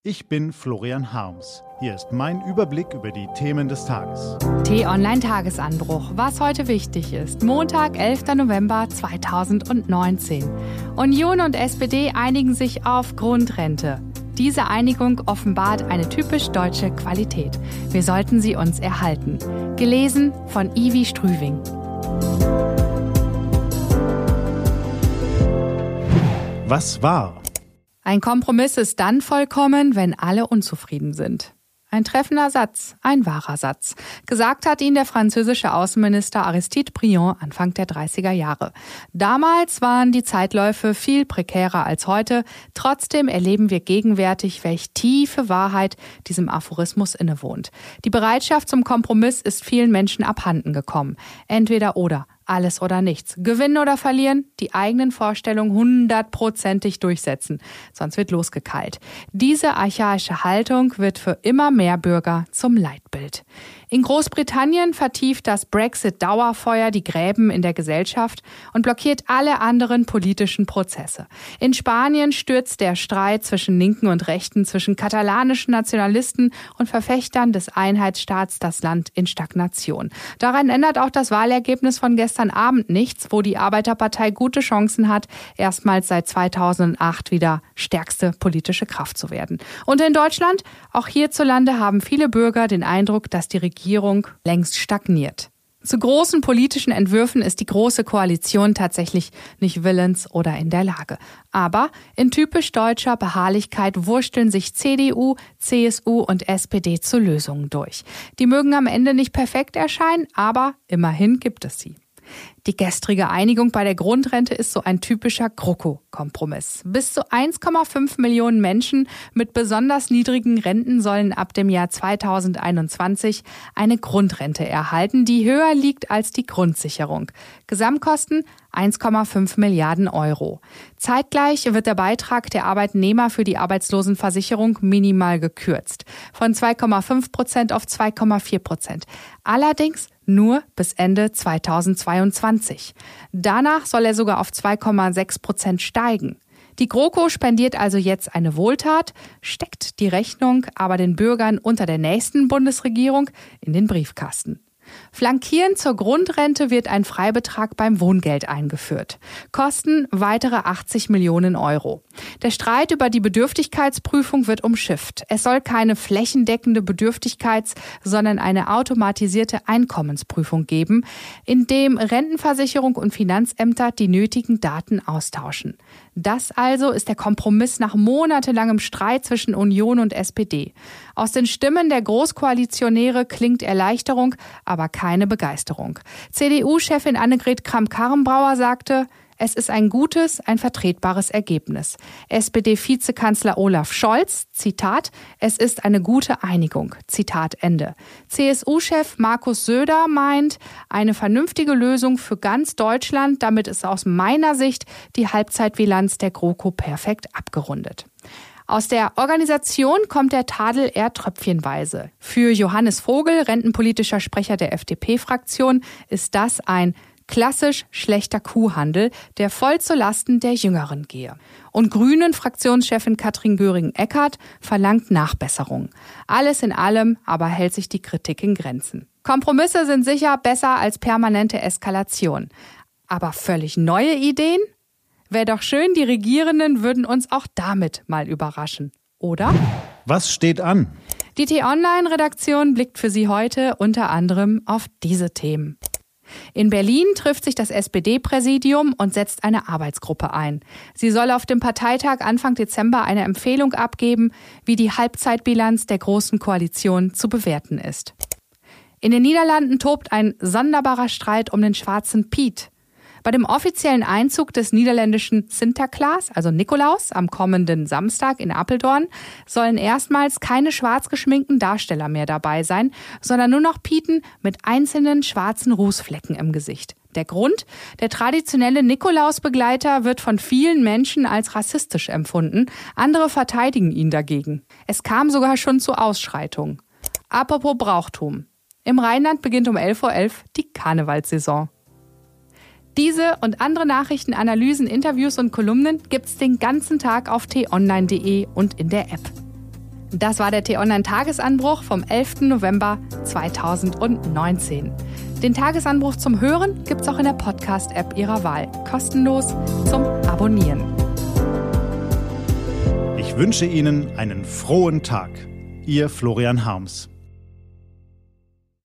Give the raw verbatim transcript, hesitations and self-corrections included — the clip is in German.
Ich bin Florian Harms. Hier ist mein Überblick über die Themen des Tages. T-Online-Tagesanbruch. Was heute wichtig ist. Montag, elfter November zweitausendneunzehn. Union und S P D einigen sich auf Grundrente. Diese Einigung offenbart eine typisch deutsche Qualität. Wir sollten sie uns erhalten. Gelesen von Ivi Strüving. Was war? Ein Kompromiss ist dann vollkommen, wenn alle unzufrieden sind. Ein treffender Satz, ein wahrer Satz. Gesagt hat ihn der französische Außenminister Aristide Briand Anfang der dreißiger Jahre. Damals waren die Zeitläufe viel prekärer als heute. Trotzdem erleben wir gegenwärtig, welch tiefe Wahrheit diesem Aphorismus innewohnt. Die Bereitschaft zum Kompromiss ist vielen Menschen abhanden gekommen. Entweder oder. Alles oder nichts. Gewinnen oder verlieren, die eigenen Vorstellungen hundertprozentig durchsetzen. Sonst wird losgekeilt. Diese archaische Haltung wird für immer mehr Bürger zum Leitbild. In Großbritannien vertieft das Brexit-Dauerfeuer die Gräben in der Gesellschaft und blockiert alle anderen politischen Prozesse. In Spanien stürzt der Streit zwischen Linken und Rechten, zwischen katalanischen Nationalisten und Verfechtern des Einheitsstaats das Land in Stagnation. Daran ändert auch das Wahlergebnis von gestern Abend nichts, wo die Arbeiterpartei gute Chancen hat, erstmals seit zweitausendacht wieder stärkste politische Kraft zu werden. Und in Deutschland, auch hierzulande, haben viele Bürger den Eindruck, dass die Regierung längst stagniert. Zu großen politischen Entwürfen ist die Große Koalition tatsächlich nicht willens oder in der Lage. Aber in typisch deutscher Beharrlichkeit wursteln sich C D U, C S U und S P D zu Lösungen durch. Die mögen am Ende nicht perfekt erscheinen, aber immerhin gibt es sie. Die gestrige Einigung bei der Grundrente ist so ein typischer GroKo-Kompromiss. Bis zu eins Komma fünf Millionen Menschen mit besonders niedrigen Renten sollen ab dem Jahr zweitausendeinundzwanzig eine Grundrente erhalten, die höher liegt als die Grundsicherung. Gesamtkosten eins Komma fünf Milliarden Euro. Zeitgleich wird der Beitrag der Arbeitnehmer für die Arbeitslosenversicherung minimal gekürzt. Von zwei Komma fünf Prozent auf zwei Komma vier Prozent. Allerdings nur bis Ende zweitausendzweiundzwanzig. Danach soll er sogar auf zwei Komma sechs Prozent steigen. Die GroKo spendiert also jetzt eine Wohltat, steckt die Rechnung aber den Bürgern unter der nächsten Bundesregierung in den Briefkasten. Flankierend zur Grundrente wird ein Freibetrag beim Wohngeld eingeführt. Kosten weitere achtzig Millionen Euro. Der Streit über die Bedürftigkeitsprüfung wird umschifft. Es soll keine flächendeckende Bedürftigkeits-, sondern eine automatisierte Einkommensprüfung geben, in dem Rentenversicherung und Finanzämter die nötigen Daten austauschen. Das also ist der Kompromiss nach monatelangem Streit zwischen Union und S P D. Aus den Stimmen der Großkoalitionäre klingt Erleichterung, aber keine Begeisterung. C D U-Chefin Annegret Kramp-Karrenbauer sagte, es ist ein gutes, ein vertretbares Ergebnis. S P D-Vizekanzler Olaf Scholz, Zitat, es ist eine gute Einigung, Zitat Ende. C S U-Chef Markus Söder meint, eine vernünftige Lösung für ganz Deutschland, damit ist aus meiner Sicht die Halbzeitbilanz der GroKo perfekt abgerundet. Aus der Organisation kommt der Tadel eher tröpfchenweise. Für Johannes Vogel, rentenpolitischer Sprecher der F D P-Fraktion, ist das ein klassisch schlechter Kuhhandel, der voll zu Lasten der Jüngeren gehe. Und Grünen-Fraktionschefin Katrin Göring-Eckardt verlangt Nachbesserung. Alles in allem aber hält sich die Kritik in Grenzen. Kompromisse sind sicher besser als permanente Eskalation. Aber völlig neue Ideen? Wäre doch schön, die Regierenden würden uns auch damit mal überraschen, oder? Was steht an? Die T-Online-Redaktion blickt für Sie heute unter anderem auf diese Themen. In Berlin trifft sich das S P D-Präsidium und setzt eine Arbeitsgruppe ein. Sie soll auf dem Parteitag Anfang Dezember eine Empfehlung abgeben, wie die Halbzeitbilanz der Großen Koalition zu bewerten ist. In den Niederlanden tobt ein sonderbarer Streit um den schwarzen Piet. Bei dem offiziellen Einzug des niederländischen Sinterklaas, also Nikolaus, am kommenden Samstag in Apeldoorn, sollen erstmals keine schwarz geschminkten Darsteller mehr dabei sein, sondern nur noch Pieten mit einzelnen schwarzen Rußflecken im Gesicht. Der Grund? Der traditionelle Nikolausbegleiter wird von vielen Menschen als rassistisch empfunden, andere verteidigen ihn dagegen. Es kam sogar schon zu Ausschreitungen. Apropos Brauchtum. Im Rheinland beginnt um elf Uhr elf die Karnevalssaison. Diese und andere Nachrichten, Analysen, Interviews und Kolumnen gibt's den ganzen Tag auf t online punkt de und in der App. Das war der T-Online-Tagesanbruch vom elften November zweitausendneunzehn. Den Tagesanbruch zum Hören gibt's auch in der Podcast-App Ihrer Wahl. Kostenlos zum Abonnieren. Ich wünsche Ihnen einen frohen Tag. Ihr Florian Harms.